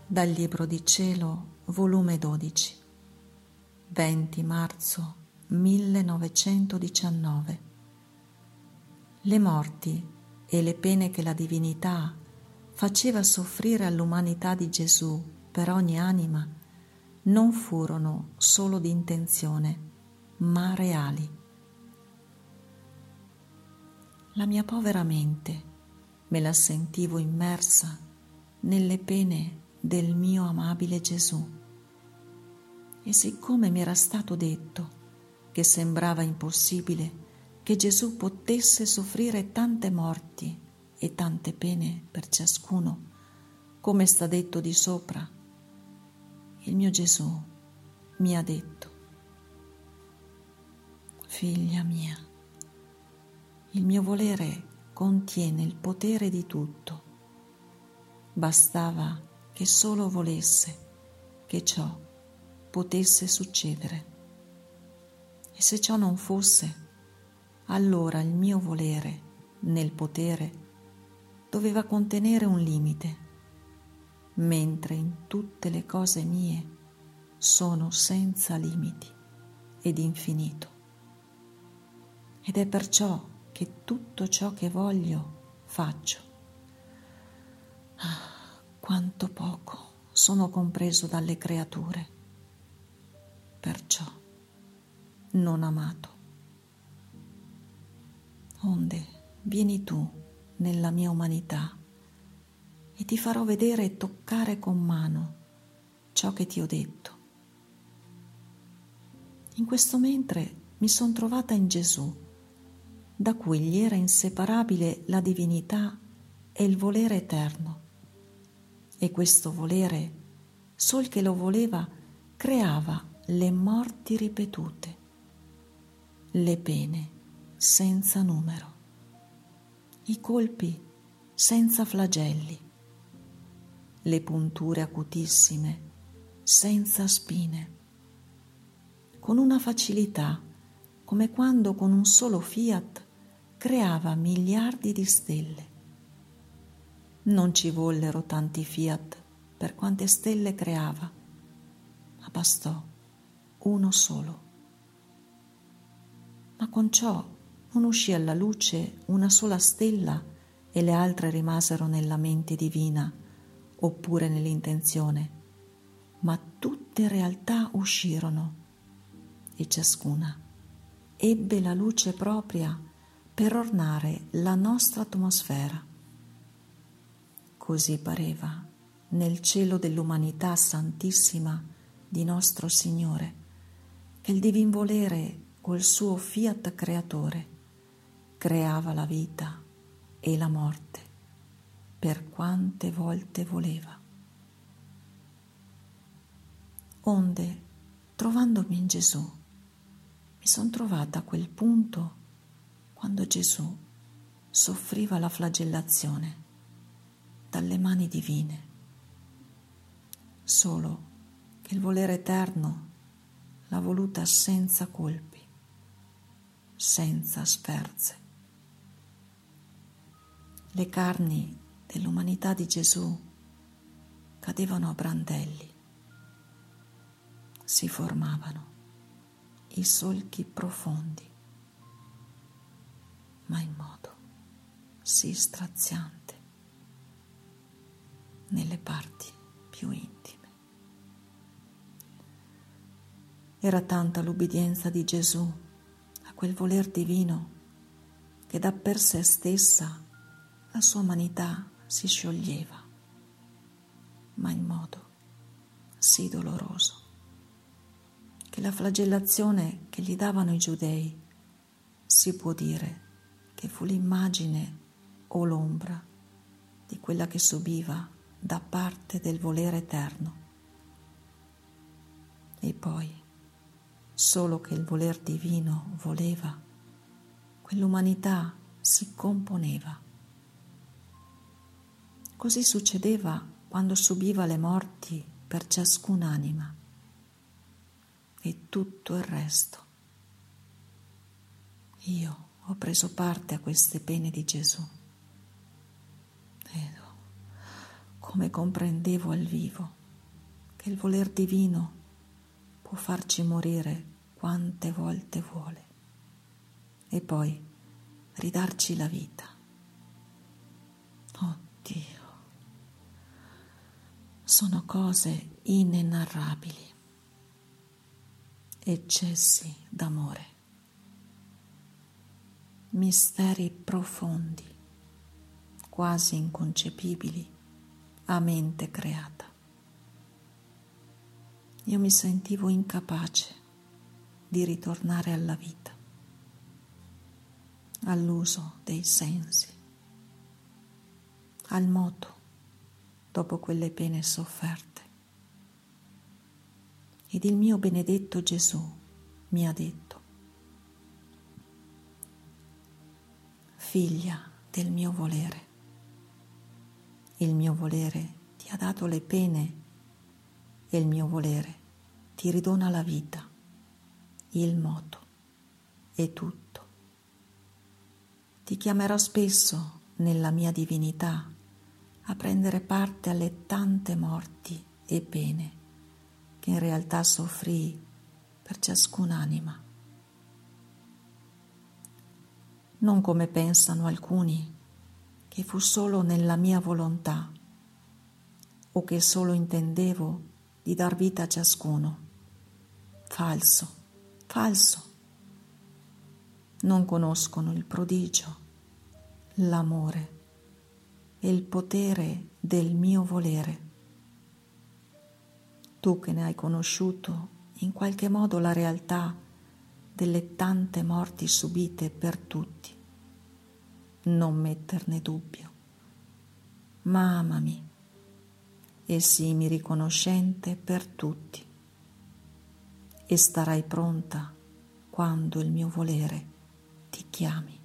Dal Libro di Cielo, volume 12, 20 marzo 1919. Le morti e le pene che la divinità faceva soffrire all'umanità di Gesù per ogni anima non furono solo di intenzione, ma reali. La mia povera mente me la sentivo immersa nelle pene del mio amabile Gesù. E siccome mi era stato detto che sembrava impossibile che Gesù potesse soffrire tante morti e tante pene per ciascuno, come sta detto di sopra, il mio Gesù mi ha detto: figlia mia, il mio volere contiene il potere di tutto. Bastava che solo volesse che ciò potesse succedere. E se ciò non fosse, allora il mio volere nel potere doveva contenere un limite, mentre in tutte le cose mie sono senza limiti ed infinito. Ed è perciò che tutto ciò che voglio faccio. Quanto poco sono compreso dalle creature, perciò non amato. Onde vieni tu nella mia umanità e ti farò vedere e toccare con mano ciò che ti ho detto. In questo mentre mi son trovata in Gesù, da cui gli era inseparabile la divinità e il volere eterno. E questo volere, sol che lo voleva, creava le morti ripetute, le pene senza numero, i colpi senza flagelli, le punture acutissime senza spine, con una facilità come quando con un solo fiat creava miliardi di stelle. Non ci vollero tanti fiat per quante stelle creava, ma bastò uno solo. Ma con ciò non uscì alla luce una sola stella e le altre rimasero nella mente divina oppure nell'intenzione, ma tutte realtà uscirono e ciascuna ebbe la luce propria per ornare la nostra atmosfera. Così pareva nel cielo dell'umanità santissima di nostro Signore, che il divin volere col suo fiat creatore creava la vita e la morte per quante volte voleva. Onde, trovandomi in Gesù, mi son trovata a quel punto quando Gesù soffriva la flagellazione dalle mani divine, solo che il volere eterno l'ha voluta senza colpi, senza sferze. Le carni dell'umanità di Gesù cadevano a brandelli, si formavano i solchi profondi, ma in modo sì straziante nelle parti più intime. Era tanta l'ubbidienza di Gesù a quel voler divino che da per sé stessa la sua umanità si scioglieva, ma in modo sì doloroso che la flagellazione che gli davano i giudei si può dire che fu l'immagine o l'ombra di quella che subiva da parte del volere eterno. E poi, solo che il voler divino voleva, quell'umanità si componeva. Così succedeva quando subiva le morti per ciascun'anima e tutto il resto. Io ho preso parte a queste pene di Gesù ed come comprendevo al vivo che il voler divino può farci morire quante volte vuole e poi ridarci la vita. Oh Dio, sono cose inenarrabili, eccessi d'amore, misteri profondi, quasi inconcepibili a mente creata. Io mi sentivo incapace di ritornare alla vita, all'uso dei sensi, al moto dopo quelle pene sofferte. Ed il mio benedetto Gesù mi ha detto: figlia del mio volere, il mio volere ti ha dato le pene e il mio volere ti ridona la vita, il moto e tutto. Ti chiamerò spesso nella mia divinità a prendere parte alle tante morti e pene che in realtà soffrii per ciascun'anima. Non come pensano alcuni, che fu solo nella mia volontà o che solo intendevo di dar vita a ciascuno. Falso, falso. Non conoscono il prodigio, l'amore e il potere del mio volere. Tu che ne hai conosciuto in qualche modo la realtà delle tante morti subite per tutti, non metterne dubbio, ma amami e sii riconoscente per tutti e starai pronta quando il mio volere ti chiami.